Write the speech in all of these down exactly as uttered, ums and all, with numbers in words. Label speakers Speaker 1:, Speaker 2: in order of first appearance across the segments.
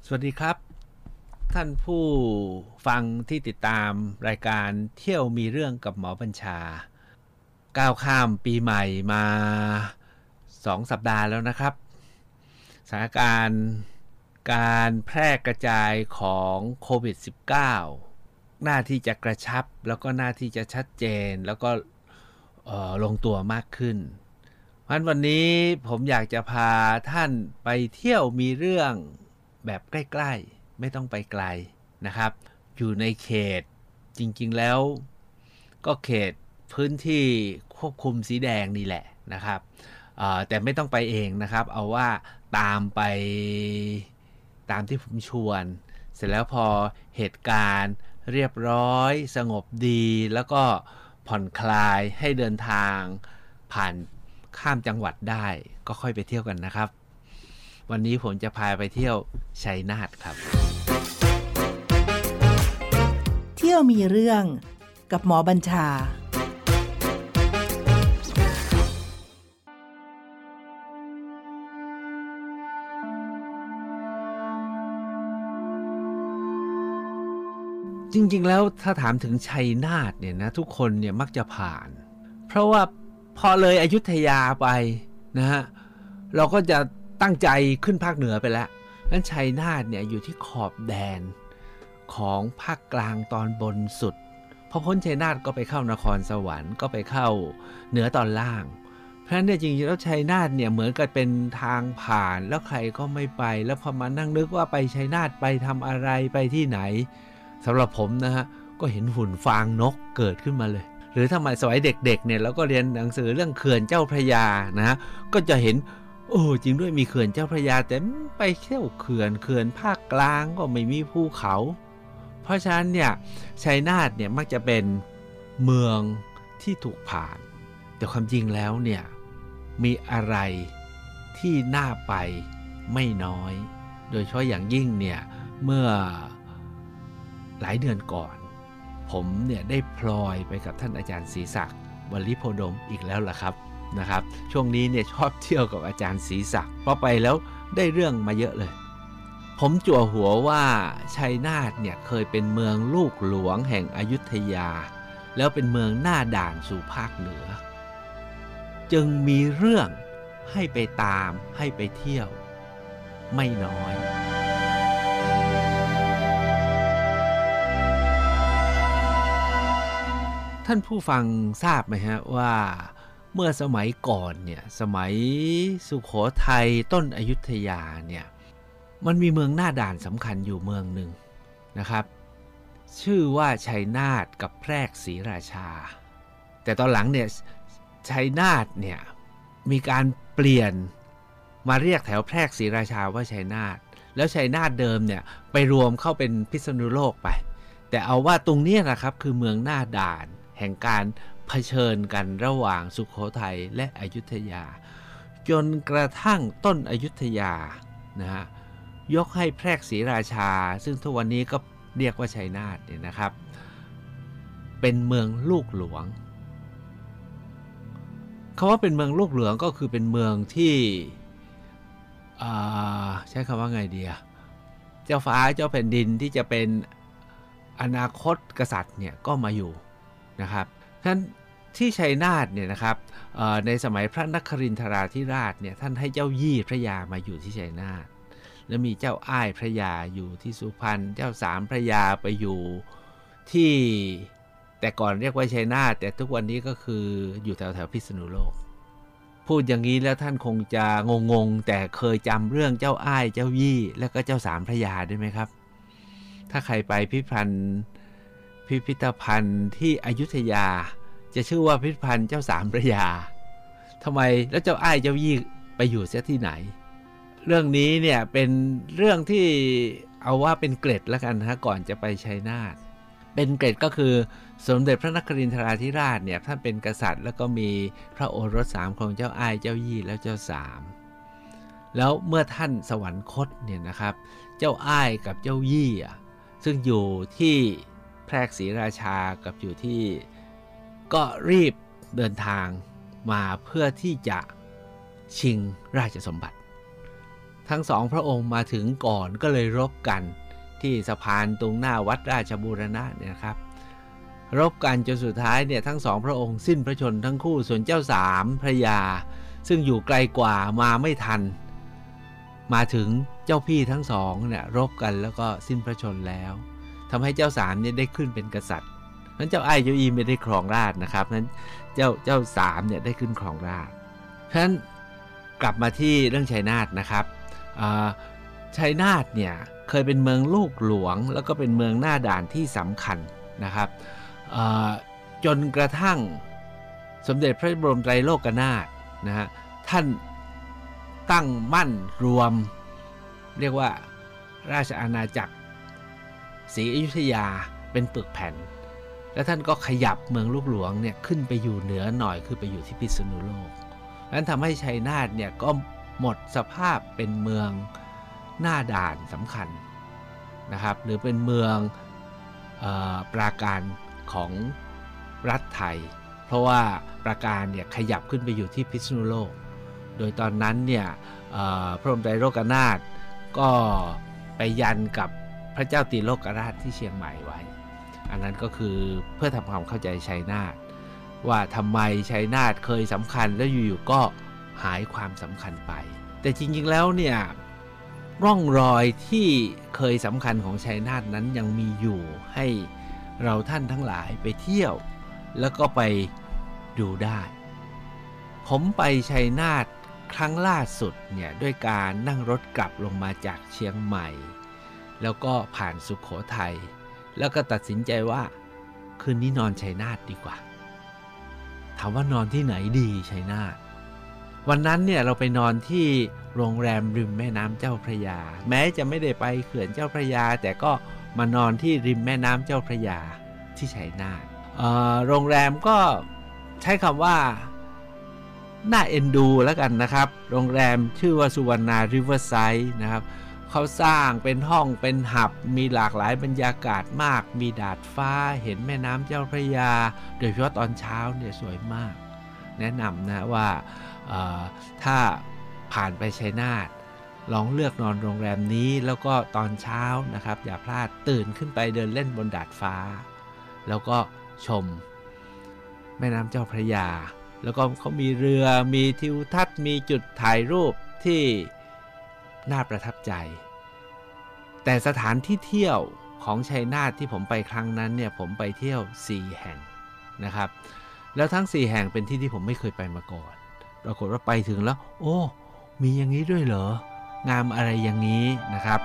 Speaker 1: สวัสดีครับท่านผู้ฟังที่ติดตามรายการเที่ยวมีเรื่องกับหมอบัญชาก้าวข้ามปีใหม่มาสองสัปดาห์แล้วนะครับสถานการณ์การแพร่กระจายของโควิด สิบเก้า หน้าที่จะกระชับแล้วก็หน้าที่จะชัดเจนแล้วก็ลงตัวมากขึ้นเพราะฉะนั้นวันนี้ผมอยากจะพาท่านไปเที่ยวมีเรื่องแบบใกล้ๆไม่ต้องไปไกลนะครับอยู่ในเขตจริงๆแล้วก็เขตพื้นที่ควบคุมสีแดงนี่แหละนะครับแต่ไม่ต้องไปเองนะครับเอาว่าตามไปตามที่ผมชวนเสร็จแล้วพอเหตุการณ์เรียบร้อยสงบดีแล้วก็ผ่อนคลายให้เดินทางผ่านข้ามจังหวัดได้ก็ค่อยไปเที่ยวกันนะครับวันนี้ผมจะพาไปเที่ยวชัยนาทครับ
Speaker 2: เที่ยวมีเรื่องกับหมอบัญชา
Speaker 1: จริงๆแล้วถ้าถามถึงชัยนาทเนี่ยนะทุกคนเนี่ยมักจะผ่านเพราะว่าพอเลยอยุธยาไปนะฮะเราก็จะตั้งใจขึ้นภาคเหนือไปแล้วนั้นชัยนาทเนี่ยอยู่ที่ขอบแดนของภาคกลางตอนบนสุดพอพ้นชัยนาทก็ไปเข้านครสวรรค์ก็ไปเข้าเหนือตอนล่างเพราะฉะนั้นเนี่ยจริงๆแล้วชัยนาทเนี่ยเหมือนกับเป็นทางผ่านแล้วใครก็ไม่ไปแล้วพอมานั่งนึกว่าไปชัยนาทไปทำอะไรไปที่ไหนสำหรับผมนะฮะก็เห็นหุ่นฟางนกเกิดขึ้นมาเลยหรือถ้ามาสมัยเด็กๆเนี่ยเราก็เรียนหนังสือเรื่องเขื่อนเจ้าพระยานะฮะก็จะเห็นโอ้จริงด้วยมีเขื่อนเจ้าพระยาแต่ไปเที่ยวเขื่อนเขื่อนภาคกลางก็ไม่มีภูเขาเพราะฉะนั้นเนี่ยชัยนาทเนี่ยมักจะเป็นเมืองที่ถูกผ่านแต่ความจริงแล้วเนี่ยมีอะไรที่น่าไปไม่น้อยโดยเฉพาะอย่างยิ่งเนี่ยเมื่อหลายเดือนก่อนผมเนี่ยได้พลอยไปกับท่านอาจารย์ศรีศักดิ์วลิโพดมอีกแล้วล่ะครับนะครับช่วงนี้เนี่ยชอบเที่ยวกับอาจารย์ศรีศักดิ์เพราะไปแล้วได้เรื่องมาเยอะเลยผมจั่วหัวว่าชัยนาทเนี่ยเคยเป็นเมืองลูกหลวงแห่งอยุธยาแล้วเป็นเมืองหน้าด่านสู่ภาคเหนือจึงมีเรื่องให้ไปตามให้ไปเที่ยวไม่น้อยท่านผู้ฟังทราบไหมฮะว่าเมื่อสมัยก่อนเนี่ยสมัยสุโขทัยต้นอยุธยาเนี่ยมันมีเมืองหน้าด่านสำคัญอยู่เมืองหนึ่งนะครับชื่อว่าชัยนาทกับแพรกศรีราชาแต่ตอนหลังเนี่ยชัยนาทเนี่ยมีการเปลี่ยนมาเรียกแถวแพรกศรีราชาว่าชัยนาทแล้วชัยนาทเดิมเนี่ยไปรวมเข้าเป็นพิษณุโลกไปแต่เอาว่าตรงนี้นะครับคือเมืองหน้าด่านแห่งการเผชิญกันระหว่างสุโขทัยและอยุธยาจนกระทั่งต้นอยุธยานะฮะยกให้แพรกศรีราชาซึ่งทุกวันนี้ก็เรียกว่าชัยนาทเนี่ยนะครับเป็นเมืองลูกหลวงคำว่าเป็นเมืองลูกหลวงก็คือเป็นเมืองที่ใช้คำว่าไงดีอะเจ้าฟ้าเจ้าแผ่นดินที่จะเป็นอนาคตกษัตริย์เนี่ยก็มาอยู่นะครับท่านที่ชัยนาทเนี่ยนะครับในสมัยพระนครินทราธิราชเนี่ยท่านให้เจ้ายี่พระยามาอยู่ที่ชัยนาทแล้วมีเจ้าอ้ายพระยาอยู่ที่สุพรรณเจ้าสามพระยาไปอยู่ที่แต่ก่อนเรียกว่าชัยนาทแต่ทุกวันนี้ก็คืออยู่แถวแถวพิษณุโลกพูดอย่างนี้แล้วท่านคงจะงงๆแต่เคยจำเรื่องเจ้าอ้ายเจ้ายี่แล้วก็เจ้าสามพระยาได้ไหมครับถ้าใครไปพิพิธภัณฑ์พิพิธภัณฑ์ที่อยุธยาจะชื่อว่าพิพิธภัณฑ์เจ้าสามพระยาทำไมแล้วเจ้าอ้ายเจ้ายี่ไปอยู่เสียที่ไหนเรื่องนี้เนี่ยเป็นเรื่องที่เอาว่าเป็นเกร็ดแล้วกันนะก่อนจะไปชัยนาทเป็นเกร็ดก็คือสมเด็จพระนครินทราธิราชเนี่ยท่านเป็นกษัตริย์แล้วก็มีพระโอรสสามของเจ้าอ้ายเจ้ายี่แล้วเจ้าสามแล้วเมื่อท่านสวรรคตเนี่ยนะครับเจ้าอ้ายกับเจ้ายี่ซึ่งอยู่ที่แพรกศรีราชากับอยู่ที่ก็รีบเดินทางมาเพื่อที่จะชิงราชสมบัติทั้งสองพระองค์มาถึงก่อนก็เลยรบกันที่สะพานตรงหน้าวัดราชบูรณะเนี่ยครับรบกันจนสุดท้ายเนี่ยทั้งสองพระองค์สิ้นพระชนม์ทั้งคู่ส่วนเจ้าสามพระยาซึ่งอยู่ไกลกว่ามาไม่ทันมาถึงเจ้าพี่ทั้งสองเนี่ยรบกันแล้วก็สิ้นพระชนม์แล้วทำให้เจ้าสามเนี่ยได้ขึ้นเป็นกษัตริย์นั้นเจ้าไอ้เจ้าอีไม่ได้ครองราชย์นะครับนั้นเจ้าเจ้าสามเนี่ยได้ขึ้นครองราชย์เพราะฉะนั้นกลับมาที่เรื่องชัยนาทนะครับชัยนาทเนี่ยเคยเป็นเมืองลูกหลวงแล้วก็เป็นเมืองหน้าด่านที่สำคัญนะครับจนกระทั่งสมเด็จพระบรมไตรโลกนาถนะฮะท่านตั้งมั่นรวมเรียกว่าราชอาณาจักรศรีอยุธยาเป็นปึกแผ่นแล้วท่านก็ขยับเมืองลูกหลวงเนี่ยขึ้นไปอยู่เหนือหน่อยคือไปอยู่ที่พิษณุโลกนั้นทำให้ชัยนาทเนี่ยก็หมดสภาพเป็นเมืองหน้าด่านสำคัญนะครับหรือเป็นเมืองเอ่อปราการของรัฐไทยเพราะว่าปราการเนี่ยขยับขึ้นไปอยู่ที่พิษณุโลกโดยตอนนั้นเนี่ยพระบรมไตรโลกนาถก็ไปยันกับพระเจ้าตีโลกราชที่เชียงใหม่ไว้อันนั้นก็คือเพื่อทำความเข้าใจชัยนาทว่าทำไมชัยนาทเคยสำคัญแล้วอยู่ๆก็หายความสำคัญไปแต่จริงๆแล้วเนี่ยร่องรอยที่เคยสำคัญของชัยนาทนั้นยังมีอยู่ให้เราท่านทั้งหลายไปเที่ยวแล้วก็ไปดูได้ผมไปชัยนาทครั้งล่าสุดเนี่ยด้วยการนั่งรถกลับลงมาจากเชียงใหม่แล้วก็ผ่านสุโขทัยแล้วก็ตัดสินใจว่าคืนนี้นอนชัยนาทดีกว่าถามว่านอนที่ไหนดีชัยนาทวันนั้นเนี่ยเราไปนอนที่โรงแรมริมแม่น้ำเจ้าพระยาแม้จะไม่ได้ไปเขื่อนเจ้าพระยาแต่ก็มานอนที่ริมแม่น้ำเจ้าพระยาที่ชัยนาทโรงแรมก็ใช้คำว่าน่าเอ็นดูแล้วกันนะครับโรงแรมชื่อว่าสุวรรณาริเวอร์ไซด์นะครับเขาสร้างเป็นห้องเป็นหับมีหลากหลายบรรยากาศมากมีดาดฟ้าเห็นแม่น้ำเจ้าพระยาโดยเฉพาะตอนเช้าเนี่ยสวยมากแนะนำนะว่าถ้าผ่านไปชัยนาทลองเลือกนอนโรงแรมนี้แล้วก็ตอนเช้านะครับอย่าพลาดตื่นขึ้นไปเดินเล่นบนดาดฟ้าแล้วก็ชมแม่น้ำเจ้าพระยาแล้วก็เขามีเรือมีทิวทัศน์มีจุดถ่ายรูปที่น่าประทับใจแต่สถานที่เที่ยวของชัยนาทที่ผมไปครั้งนั้นเนี่ยผมไปเที่ยวสี่แห่งนะครับแล้วทั้งสี่แห่งเป็นที่ที่ผมไม่เคยไปมาก่อนปรากฏว่าไปถึงแล้วโอ้มีอย่างนี้ด้วยเหรองามอะไรอย่างนี้นะครับ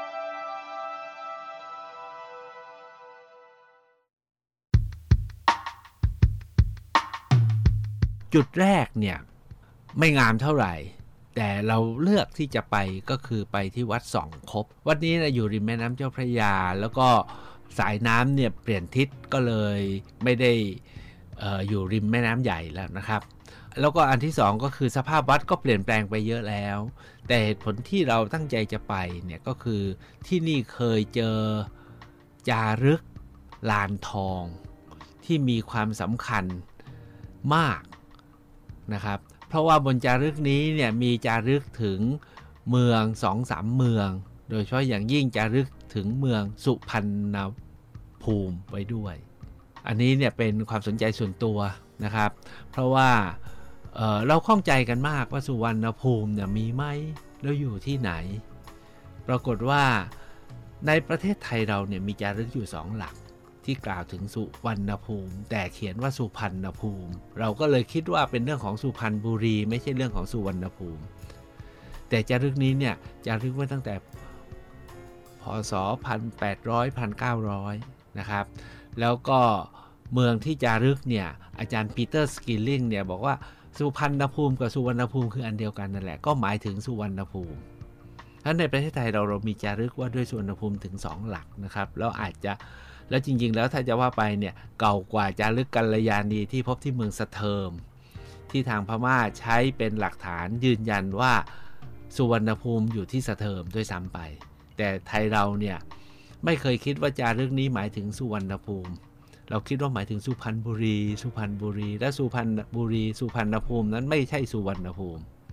Speaker 1: จุดแรกเนี่ยไม่งามเท่าไหร่แต่เราเลือกที่จะไปก็คือไปที่วัดสองคบวัดนี้นะอยู่ริมแม่น้ำเจ้าพระยาแล้วก็สายน้ำเนี่ยเปลี่ยนทิศก็เลยไม่ได้ อ, ออยู่ริมแม่น้ำใหญ่แล้วนะครับแล้วก็อันที่สองก็คือสภาพวัดก็เปลี่ยนแปลงไปเยอะแล้วแต่เหตุผลที่เราตั้งใจจะไปเนี่ยก็คือที่นี่เคยเจอจารึกลานทองที่มีความสำคัญมากนะครับเพราะว่าบนจารึกนี้เนี่ยมีจารึกถึงเมือง สองสาม เมืองโดยเฉพาะอย่างยิ่งจารึกถึงเมืองสุพรรณภูมิไว้ด้วยอันนี้เนี่ยเป็นความสนใจส่วนตัวนะครับเพราะว่า เอ่อ เราข้องใจกันมากว่าสุวรรณภูมิเนี่ยมีไหมแล้วอยู่ที่ไหนปรากฏว่าในประเทศไทยเราเนี่ยมีจารึกอยู่สองหลักที่กล่าวถึงสุวรรณภูมิแต่เขียนว่าสุพรรณภูมิเราก็เลยคิดว่าเป็นเรื่องของสุพรรณบุรีไม่ใช่เรื่องของสุวรรณภูมิแต่จารึกนี้เนี่ยจารึกไว้ตั้งแต่พ.ศ. หนึ่งพันแปดร้อย หนึ่งพันเก้าร้อย นะครับแล้วก็เมืองที่จารึกเนี่ยอาจารย์ปีเตอร์สกิลลิงเนี่ยบอกว่าสุพรรณภูมิกับสุวรรณภูมิคืออันเดียวกันนั่นแหละก็หมายถึงสุวรรณภูมิถ้าในประเทศไทยเราเรามีจารึกว่าด้วยสุวรรณภูมิถึงสองหลักนะครับแล้วอาจจะแล้วจริงๆแล้วถ้าจะว่าไปเนี่ยเก่ากว่าจารึกกัลยาณีที่พบที่เมืองสะเทิมที่ทางพม่าใช้เป็นหลักฐานยืนยันว่าสุวรรณภูมิอยู่ที่สะเทิมด้วยซ้ำไปแต่ไทยเราเนี่ยไม่เคยคิดว่าจารึกนี้หมายถึงสุวรรณภูมิเราคิดว่าหมายถึงสุพรรณบุรีสุพรรณบุรีและสุพรรณบุรีสุพรรณภูมินั้นไม่ใช่สุวรรณภูมิ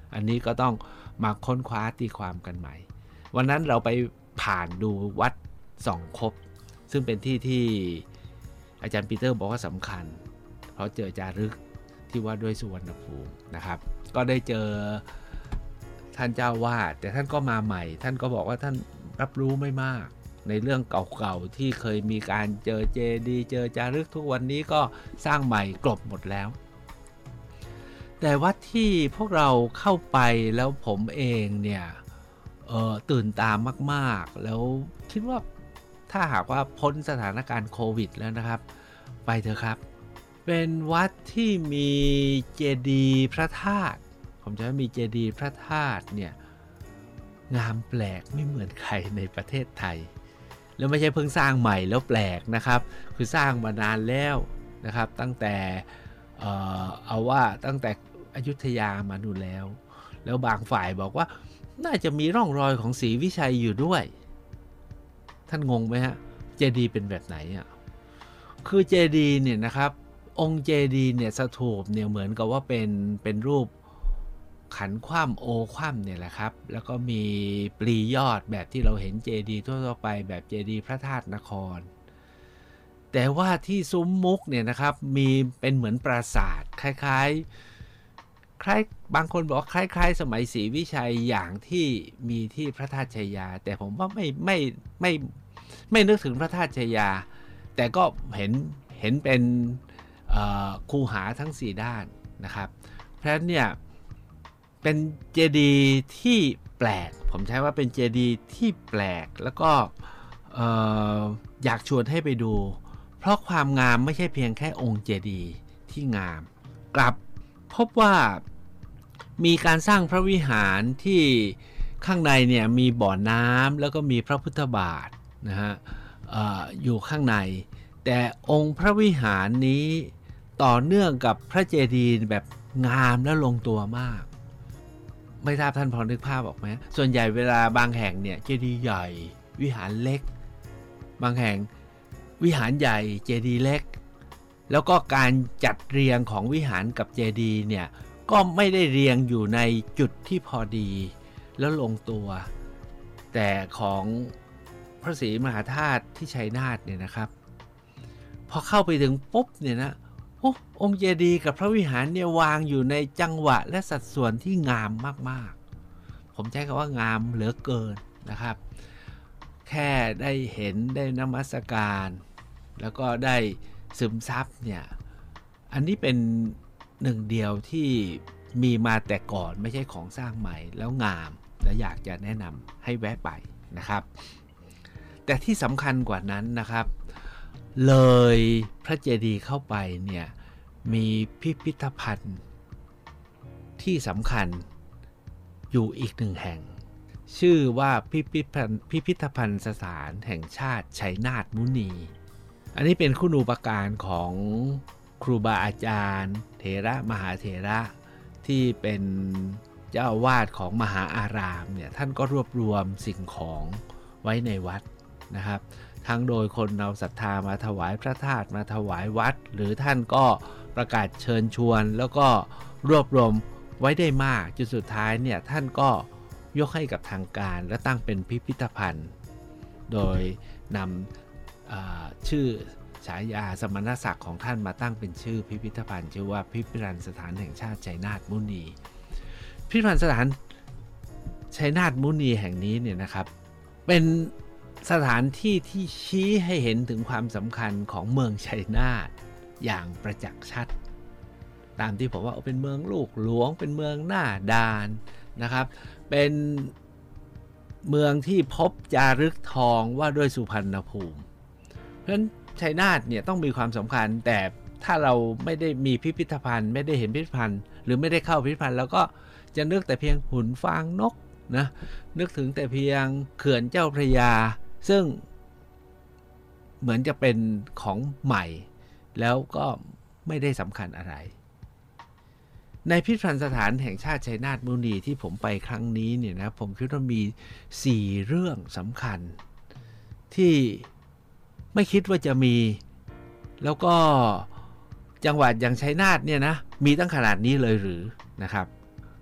Speaker 1: อันนี้ก็ต้องมาค้นคว้าตีความกันใหม่วันนั้นเราไปผ่านดูวัดส่องคบซึ่งเป็นที่ที่อาจารย์ปีเตอร์บอกว่าสำคัญเพราะเจอจารึกที่ว่าด้วยสุวรรณภูมินะครับก็ได้เจอท่านเจ้าวาดแต่ท่านก็มาใหม่ท่านก็บอกว่าท่านรับรู้ไม่มากในเรื่องเก่าๆที่เคยมีการเจอเจดีย์เจอจารึกทุกวันนี้ก็สร้างใหม่กลบหมดแล้วแต่วัดที่พวกเราเข้าไปแล้วผมเองเนี่ยเอ่อตื่นตามมากๆแล้วคิดว่าถ้าหากว่าพ้นสถานการณ์โควิดแล้วนะครับไปเถอะครับเป็นวัดที่มีเจดีย์พระธาตุผมจะว่ามีเจดีย์พระธาตุเนี่ยงามแปลกไม่เหมือนใครในประเทศไทยแล้วไม่ใช่เพิ่งสร้างใหม่แล้วแปลกนะครับคือสร้างมานานแล้วนะครับตั้งแต่เอ่อเอาว่าตั้งแต่อยุธยามาดูแล้วแล้วบางฝ่ายบอกว่าน่าจะมีร่องรอยของศรีวิชัยอยู่ด้วยท่านงงไหมฮะเจดีย์เป็นแบบไหนอ่ะคือเจดีย์เนี่ยนะครับองค์เจดีย์เนี่ยสถูปเนี่ยเหมือนกับว่าเป็นเป็นรูปขันคว่ำโอคว่ำเนี่ยแหละครับแล้วก็มีปลียอดแบบที่เราเห็นเจดีย์ทั่วๆไปแบบเจดีย์พระธาตุนครแต่ว่าที่ซุ้มมุกเนี่ยนะครับมีเป็นเหมือนปราสาทคล้ายๆคล้ายบางคนบอกว่าคล้ายๆสมัยศรีวิชัยอย่างที่มีที่พระธาตุชัยยาแต่ผมว่าไม่ไม่ไม่ไม่นึกถึงพระธาตุชัยยาแต่ก็เห็นเห็นเป็นคูหาทั้งสี่ด้านนะครับเพราะฉะนั้นเนี่ยเป็นเจดีย์ที่แปลกผมใช้ว่าเป็นเจดีย์ที่แปลกแล้วก็ เอ่อ อยากชวนให้ไปดูเพราะความงามไม่ใช่เพียงแค่องค์เจดีย์ที่งามกลับพบว่ามีการสร้างพระวิหารที่ข้างในเนี่ยมีบ่อน้ำแล้วก็มีพระพุทธบาทนะฮะ อ, อยู่ข้างในแต่องค์พระวิหารนี้ต่อเนื่องกับพระเจดีย์แบบงามและลงตัวมากไม่ทราบท่านพอนึกภาพออกไหมส่วนใหญ่เวลาบางแห่งเนี่ยเจดีย์ใหญ่วิหารเล็กบางแห่งวิหารใหญ่เจดีย์เล็กแล้วก็การจัดเรียงของวิหารกับเจดีย์เนี่ยก็ไม่ได้เรียงอยู่ในจุดที่พอดีแล้วลงตัวแต่ของพระศรีมหาธาตุที่ชัยนาทเนี่ยนะครับพอเข้าไปถึงปุ๊บเนี่ยนะโอ้องค์เจดีย์กับพระวิหารเนี่ยวางอยู่ในจังหวะและสัดส่วนที่งามมากๆผมใช้คำว่างามเหลือเกินนะครับแค่ได้เห็นได้นมัสการแล้วก็ได้ซึมซับเนี่ยอันนี้เป็นหนึ่งเดียวที่มีมาแต่ก่อนไม่ใช่ของสร้างใหม่แล้วงามและอยากจะแนะนำให้แวะไปนะครับแต่ที่สำคัญกว่านั้นนะครับเลยพระเจดีย์เข้าไปเนี่ยมีพิพิธภัณฑ์ที่สำคัญอยู่อีกหนึ่งแห่งชื่อว่าพิพิธภัณฑ์พิพิธภัณฑ์สถานแห่งชาติชัยนาทมุนีอันนี้เป็นคุณูปการของครูบาอาจารย์เถระมหาเถระที่เป็นเจ้าอาวาสของมหาอารามเนี่ยท่านก็รวบรวมสิ่งของไว้ในวัดนะครับทั้งโดยคนเอาศรัทธามาถวายพระธาตุมาถวายวัดหรือท่านก็ประกาศเชิญชวนแล้วก็รวบรวมไว้ได้มากจนสุดท้ายเนี่ยท่านก็ยกให้กับทางการและตั้งเป็นพิพิธภัณฑ์โดยนำชื่อฉายาสมณศักดิ์ของท่านมาตั้งเป็นชื่อพิพิธภัณฑ์ชื่อว่าพิพิธภัณฑ์สถานแห่งชาติชัยนาทมุนีพิพิธภัณฑ์สถานชัยนาทมุนีแห่งนี้เนี่ยนะครับเป็นสถานที่ที่ชี้ให้เห็นถึงความสำคัญของเมืองชัยนาทอย่างประจักษ์ชัดตามที่ผมว่าเป็นเมืองลูกหลวงเป็นเมืองหน้าด่านนะครับเป็นเมืองที่พบจารึกทองว่าด้วยสุพรรณภูมิเพราะฉะนั้นชัยนาทเนี่ยต้องมีความสำคัญแต่ถ้าเราไม่ได้มีพิพิธภัณฑ์ไม่ได้เห็นพิพิธภัณฑ์หรือไม่ได้เข้าพิพิธภัณฑ์แล้วก็จะนึกแต่เพียงหุ่นฟางนกนะนึกถึงแต่เพียงเขื่อนเจ้าพระยาซึ่งเหมือนจะเป็นของใหม่แล้วก็ไม่ได้สำคัญอะไรในพิพิธภัณฑ์สถานแห่งชาติชัยนาทมุนีที่ผมไปครั้งนี้เนี่ยนะผมคิดว่ามีสี่เรื่องสำคัญที่ไม่คิดว่าจะมีแล้วก็จังหวัดอย่างชัยนาทเนี่ยนะมีตั้งขนาดนี้เลยหรือนะครับ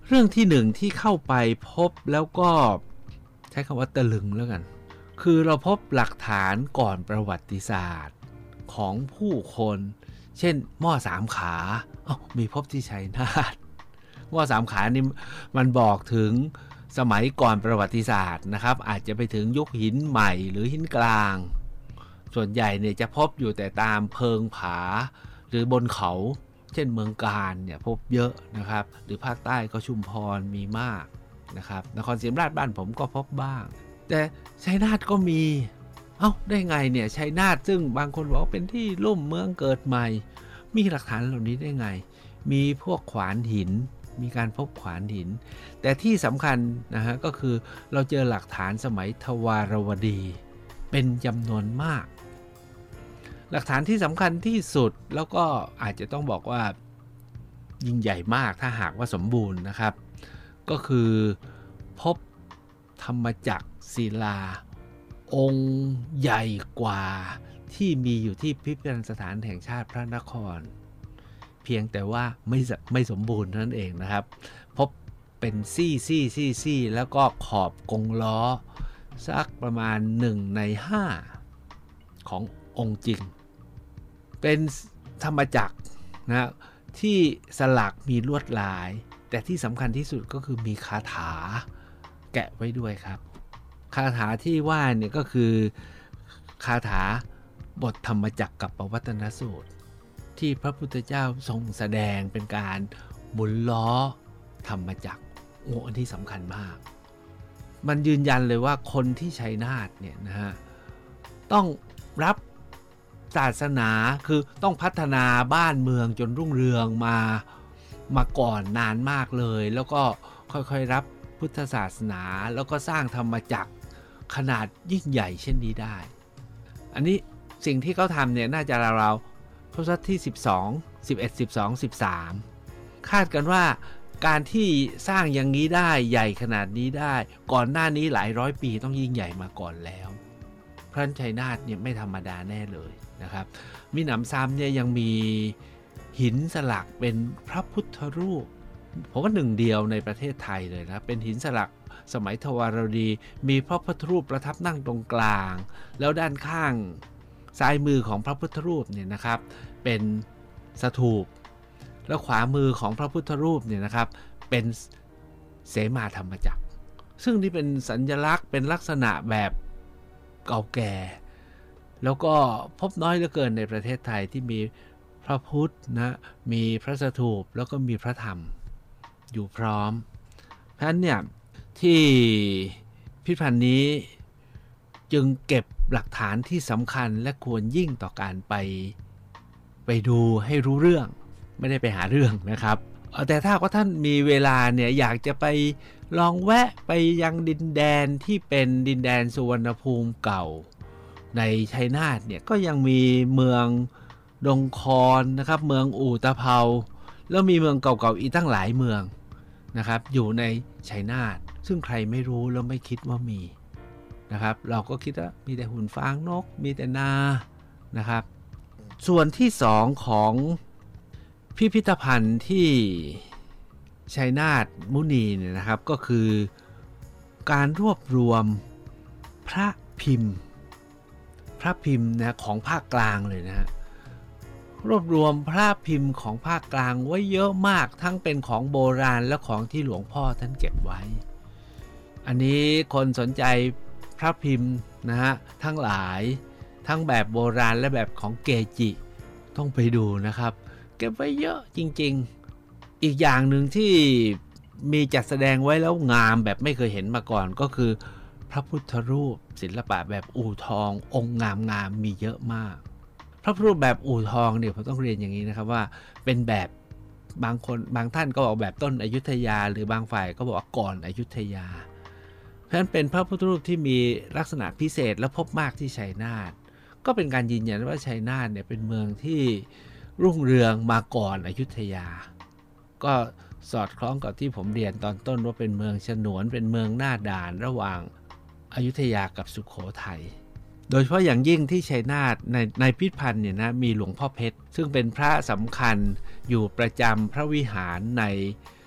Speaker 1: เรื่องที่หนึ่งที่เข้าไปพบแล้วก็ใช้คำว่าตะลึงแล้วกันคือเราพบหลักฐานก่อนประวัติศาสตร์ของผู้คนเช่นหม้อสามขาอ้าวมีพบที่ชัยนาทหม้อสามขานี่มันบอกถึงสมัยก่อนประวัติศาสตร์นะครับอาจจะไปถึงยุคหินใหม่หรือหินกลางส่วนใหญ่เนี่ยจะพบอยู่แต่ตามเพิงผาหรือบนเขาเช่นเมืองกาญเนี่ยพบเยอะนะครับหรือภาคใต้ก็ชุมพรมีมากนะครับนครศรีธรรมราชบ้านผมก็พบบ้างแต่ชัยนาทก็มีเอ้าได้ไงเนี่ยชัยนาทซึ่งบางคนบอกว่าเป็นที่ลุ่มเมืองเกิดใหม่มีหลักฐานเหล่านี้ได้ไงมีพวกขวานหินมีการพบขวานหินแต่ที่สำคัญนะฮะก็คือเราเจอหลักฐานสมัยทวารวดีเป็นจำนวนมากหลักฐานที่สำคัญที่สุดแล้วก็อาจจะต้องบอกว่ายิ่งใหญ่มากถ้าหากว่าสมบูรณ์นะครับก็คือพบธรรมจักรศิลาองค์ใหญ่กว่าที่มีอยู่ที่พิพิธภัณฑ์สถานแห่งชาติพระนครเพียงแต่ว่าไม่ไม่สมบูรณ์นั่นเองนะครับพบเป็นซี่ซี่ซี่ซี่แล้วก็ขอบกงล้อสักประมาณหนึ่งในห้าขององค์จริงเป็นธรรมจักรนะที่สลักมีลวดลายแต่ที่สำคัญที่สุดก็คือมีคาถาแกะไว้ด้วยครับคาถาที่ว่าเนี่ยก็คือคาถาบทธรรมจักรกับปวัตตนสูตรที่พระพุทธเจ้าทรงแสดงเป็นการหมุนล้อธรรมจักรโอ้อันที่สำคัญมากมันยืนยันเลยว่าคนที่ชัยนาทเนี่ยนะฮะต้องรับศาสนาคือต้องพัฒนาบ้านเมืองจนรุ่งเรืองมามาก่อนนานมากเลยแล้วก็ค่อยๆรับพุทธศาสนาแล้วก็สร้างธรรมจักรขนาดยิ่งใหญ่เช่นนี้ได้อันนี้สิ่งที่เขาทำเนี่ยน่าจะราวๆทศวรรษที่สิบสอง สิบเอ็ด สิบสอง สิบสามคาดกันว่าการที่สร้างอย่างนี้ได้ใหญ่ขนาดนี้ได้ก่อนหน้านี้หลายร้อยปีต้องยิ่งใหญ่มาก่อนแล้วพระชัยนาทเนี่ยไม่ธรรมดาแน่เลยนะครับมิหนำซ้ำเนี่ยยังมีหินสลักเป็นพระพุทธรูปผมว่าหนึ่งเดียวในประเทศไทยเลยนะเป็นหินสลักสมัยทวารวดีมีพระพุทธรูปประทับนั่งตรงกลางแล้วด้านข้างซ้ายมือของพระพุทธรูปเนี่ยนะครับเป็นสถูปแล้วขวามือของพระพุทธรูปเนี่ยนะครับเป็นเสมาธรรมจักรซึ่งนี่เป็นสัญลักษณ์เป็นลักษณะแบบเก่าแก่แล้วก็พบน้อยเหลือเกินในประเทศไทยที่มีพระพุทธนะมีพระสถูปแล้วก็มีพระธรรมอยู่พร้อมเพราะฉะนั้นเนี่ยที่พิพิธภัณฑ์นี้จึงเก็บหลักฐานที่สำคัญและควรยิ่งต่อการไปไปดูให้รู้เรื่องไม่ได้ไปหาเรื่องนะครับแต่ถ้าว่าท่านมีเวลาเนี่ยอยากจะไปลองแวะไปยังดินแดนที่เป็นดินแดนสุวรรณภูมิเก่าในชัยนาทเนี่ยก็ยังมีเมืองดงคอนนะครับเมืองอู่ตะเภาแล้วมีเมืองเก่าๆอีกตั้งหลายเมืองนะครับอยู่ในชัยนาทซึ่งใครไม่รู้แล้วไม่คิดว่ามีนะครับเราก็คิดว่ามีแต่หุ่นฟางนกมีแต่นานะครับส่วนที่สองของพิพิธภัณฑ์ที่ชัยนาทมุนีเนี่ยนะครับก็คือการรวบรวมพระพิมพ์พระพิมพ์นะของภาคกลางเลยนะฮะรวบรวมพระพิมพ์ของภาคกลางไว้เยอะมากทั้งเป็นของโบราณและของที่หลวงพ่อท่านเก็บไว้อันนี้คนสนใจพระพิมพ์นะฮะทั้งหลายทั้งแบบโบราณและแบบของเกจิต้องไปดูนะครับเก็บไว้เยอะจริงๆอีกอย่างหนึ่งที่มีจัดแสดงไว้แล้วงามแบบไม่เคยเห็นมาก่อนก็คือพระพุทธรูปศิลปะแบบอู่ทององค์งามๆมีเยอะมากพระพุทธรูปแบบอู่ทองเนี่ยผมต้องเรียนอย่างนี้นะครับว่าเป็นแบบบางคนบางท่านก็บอกแบบต้นอยุธยาหรือบางฝ่ายก็บอกว่าก่อนอยุธยาเพราะฉะนั้นเป็นพระพุทธรูปที่มีลักษณะพิเศษและพบมากที่ชัยนาทก็เป็นการยืนยันว่าชัยนาทเนี่ยเป็นเมืองที่รุ่งเรืองมาก่อนอยุธยาก็สอดคล้องกับที่ผมเรียนตอนต้นว่าเป็นเมืองฉนวนเป็นเมืองหน้าด่านระหว่างอยุธยากับสุโขทัยโดยเฉพาะอย่างยิ่งที่ชัยนาทในในพิพิธภัณฑ์เนี่ยนะมีหลวงพ่อเพชรซึ่งเป็นพระสำคัญอยู่ประจำพระวิหารในวัด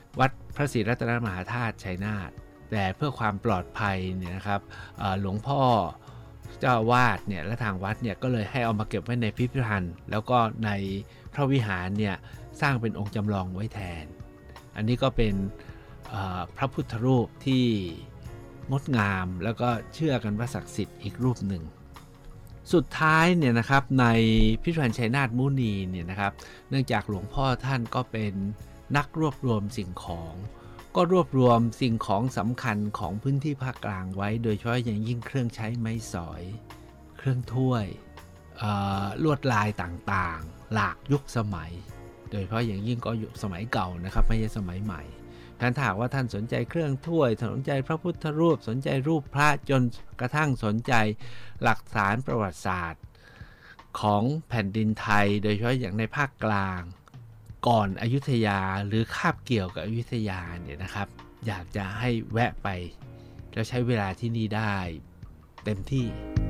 Speaker 1: พระศรีรัตนมหาธาตุชัยนาทแต่เพื่อความปลอดภัยเนี่ยนะครับหลวงพ่อเจ้าอาวาสเนี่ยและทางวัดเนี่ยก็เลยให้เอามาเก็บไว้ในพิพิธภัณฑ์แล้วก็ในพระวิหารเนี่ยสร้างเป็นองค์จำลองไว้แทนอันนี้ก็เป็นพระพุทธรูปที่งดงามแล้วก็เชื่อกันว่าศักดิ์สิทธิ์อีกรูปหนึ่งสุดท้ายเนี่ยนะครับในพิพิธภัณฑ์ชัยนาทมุนีเนี่ยนะครับเนื่องจากหลวงพ่อท่านก็เป็นนักรวบรวมสิ่งของก็รวบรวมสิ่งของสำคัญของพื้นที่ภาคกลางไว้โดยเฉพาะอย่างยิ่งเครื่องใช้ไม้สอยเครื่องถ้วยลวดลายต่างๆหลากยุคสมัยโดยเฉพาะอย่างยิ่งก็ยุคสมัยเก่านะครับไม่ใช่สมัยใหม่ท่านถามว่าท่านสนใจเครื่องถ้วยสนใจพระพุทธรูปสนใจรูปพระจนกระทั่งสนใจหลักฐานประวัติศาสตร์ของแผ่นดินไทยโดยเฉพาะอย่างในภาคกลางก่อนอยุธยาหรือคาบเกี่ยวกับอยุธยาเนี่ยนะครับอยากจะให้แวะไปแล้วใช้เวลาที่นี่ได้เต็มที่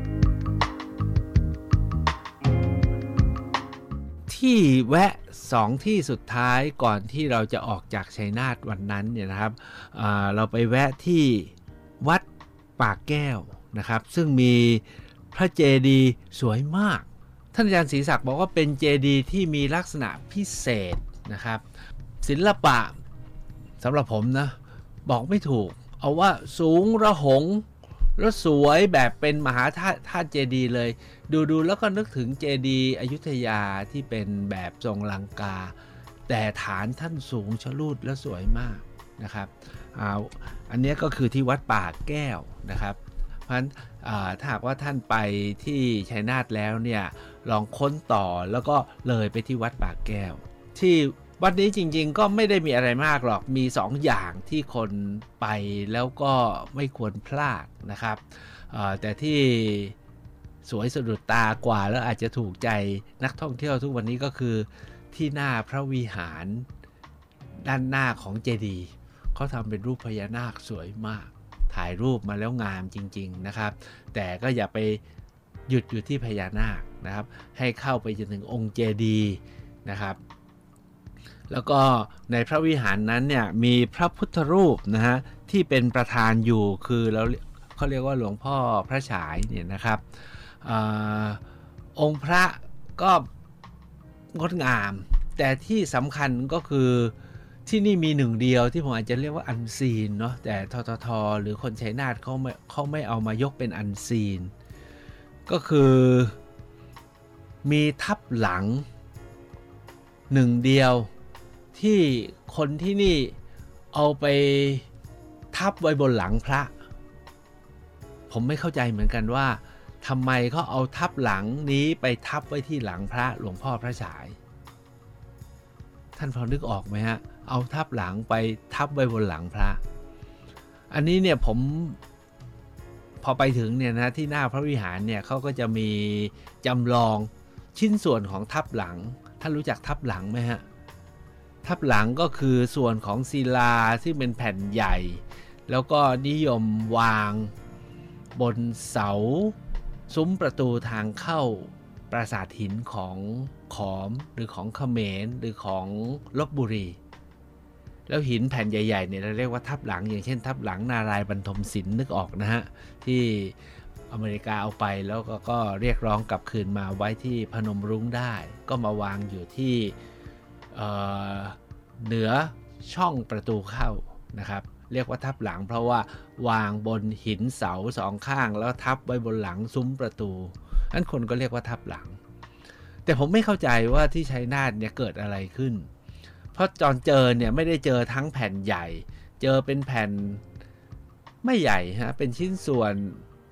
Speaker 1: ที่แวะสองที่สุดท้ายก่อนที่เราจะออกจากชัยนาทวันนั้นเนี่ยนะครับเราไปแวะที่วัดปากแก้วนะครับซึ่งมีพระเจดีย์สวยมากท่านอาจารย์ศรีศักดิ์บอกว่าเป็นเจดีย์ที่มีลักษณะพิเศษนะครับศิลปะสำหรับผมนะบอกไม่ถูกเอาว่าสูงระหงแล้วสวยแบบเป็นมหาธาตุธาตุเจดีย์เลยดูๆแล้วก็นึกถึงเจดีย์อยุธยาที่เป็นแบบทรงลังกาแต่ฐานท่านสูงชะลูดและสวยมากนะครับเอาอันนี้ก็คือที่วัดป่าแก้วนะครับเพราะฉะนั้นถ้าหากว่าท่านไปที่ชัยนาทแล้วเนี่ยลองค้นต่อแล้วก็เลยไปที่วัดป่าแก้วที่วัดนี้จริงๆก็ไม่ได้มีอะไรมากหรอกมีสองอย่างที่คนไปแล้วก็ไม่ควรพลาดนะครับแต่ที่สวยสะดุดตากว่าแล้วอาจจะถูกใจนักท่องเที่ยวทุกวันนี้ก็คือที่หน้าพระวิหารด้านหน้าของเจดีย์เขาทำเป็นรูปพญานาคสวยมากถ่ายรูปมาแล้วงามจริงๆนะครับแต่ก็อย่าไปหยุดอยู่ที่พญานาคนะครับให้เข้าไปจนถึงองค์เจดีย์นะครับแล้วก็ในพระวิหารนั้นเนี่ยมีพระพุทธรูปนะฮะที่เป็นประธานอยู่คือเราเขาเรียกว่าหลวงพ่อพระฉายเนี่ยนะครับอองค์พระก็งดงามแต่ที่สำคัญก็คือที่นี่มีหนึ่งเดียวที่ผมอาจจะเรียกว่าอันซีนเนาะแต่ทททหรือคนชัยนาทเขาไม่เขาไม่เอามายกเป็นอันซีนก็คือมีทับหลังหนึ่งเดียวที่คนที่นี่เอาไปทับไว้บนหลังพระผมไม่เข้าใจเหมือนกันว่าทำไมเขาเอาทับหลังนี้ไปทับไว้ที่หลังพระหลวงพ่อพระฉายท่านพอนึกออกไหมฮะเอาทับหลังไปทับไว้บนหลังพระอันนี้เนี่ยผมพอไปถึงเนี่ยนะที่หน้าพระวิหารเนี่ยเขาก็จะมีจำลองชิ้นส่วนของทับหลังท่านรู้จักทับหลังไหมฮะทับหลังก็คือส่วนของศิลาที่เป็นแผ่นใหญ่แล้วก็นิยมวางบนเสาซุ้มประตูทางเข้าปราสาทหินของขอมหรือของเขมรหรือของลพบุรีแล้วหินแผ่นใหญ่ๆเนี่ยเราเรียกว่าทับหลังอย่างเช่นทับหลังนารายณ์บรรทมศิลป์นึกออกนะฮะที่อเมริกาเอาไปแล้วก็ก็เรียกร้องกลับคืนมาไว้ที่พนมรุ้งได้ก็มาวางอยู่ที่เอ่อเหนือช่องประตูเข้านะครับเรียกว่าทับหลังเพราะว่าวางบนหินเสาสองข้างแล้วทับไว้บนหลังซุ้มประตูนั้นคนก็เรียกว่าทับหลังแต่ผมไม่เข้าใจว่าที่ชัยนาทเนี่ยเกิดอะไรขึ้นเพราะตอนเจอเนี่ยไม่ได้เจอทั้งแผ่นใหญ่เจอเป็นแผ่นไม่ใหญ่ฮะเป็นชิ้นส่วน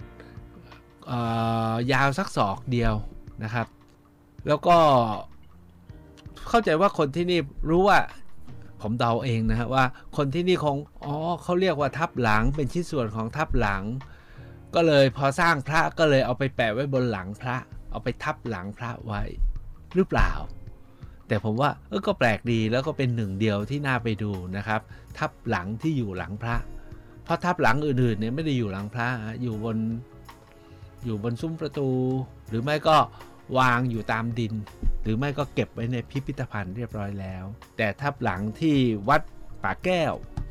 Speaker 1: ยาวสักศอกเดียวนะครับแล้วก็เข้าใจว่าคนที่นี่รู้ว่าผมเดาเองนะฮะว่าคนที่นี่คงอ๋อเขาเรียกว่าทับหลังเป็นชิ้นส่วนของทับหลังก็เลยพอสร้างพระก็เลยเอาไปแปะไว้บนหลังพระเอาไปทับหลังพระไว้หรือเปล่าแต่ผมว่าเออก็แปลกดีแล้วก็เป็นหนึ่งเดียวที่น่าไปดูนะครับทับหลังที่อยู่หลังพระเพราะทับหลังอื่นๆเนี่ยไม่ได้อยู่หลังพระอยู่บนอยู่บนซุ้มประตูหรือไม่ก็วางอยู่ตามดินหรือไม่ก็เก็บไว้ในพิพิธภัณฑ์เรียบร้อยแล้วแต่ทับหลังที่วัดป่าแก้ว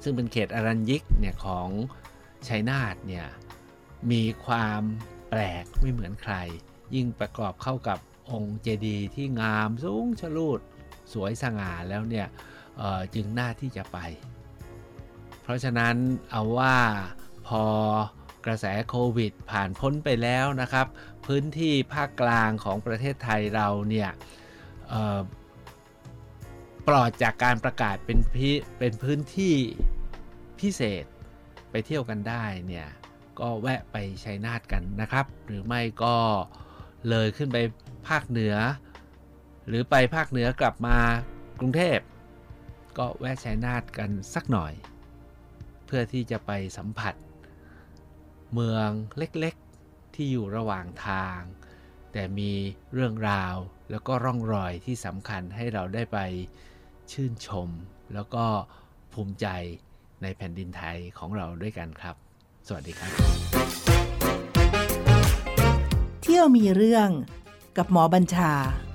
Speaker 1: ซึ่งเป็นเขตอรัญญิกเนี่ยของชัยนาทเนี่ยมีความแปลกไม่เหมือนใครยิ่งประกอบเข้ากับองค์เจดีย์ที่งามสูงชลูดสวยสง่าแล้วเนี่ยจึงน่าที่จะไปเพราะฉะนั้นเอาว่าพอกระแสโควิดผ่านพ้นไปแล้วนะครับพื้นที่ภาคกลางของประเทศไทยเราเนี่ยปลอดจากการประกาศเป็นเป็นพื้นที่พิเศษไปเที่ยวกันได้เนี่ยก็แวะไปชัยนาทกันนะครับหรือไม่ก็เลยขึ้นไปภาคเหนือหรือไปภาคเหนือกลับมากรุงเทพก็แวะชัยนาทกันสักหน่อยเพื่อที่จะไปสัมผัสเมืองเล็กๆที่อยู่ระหว่างทางแต่มีเรื่องราวแล้วก็ร่องรอยที่สำคัญให้เราได้ไปชื่นชมแล้วก็ภูมิใจในแผ่นดินไทยของเราด้วยกันครับสวัสดีครับ
Speaker 2: เที่ยวมีเรื่องกับหมอบัญชา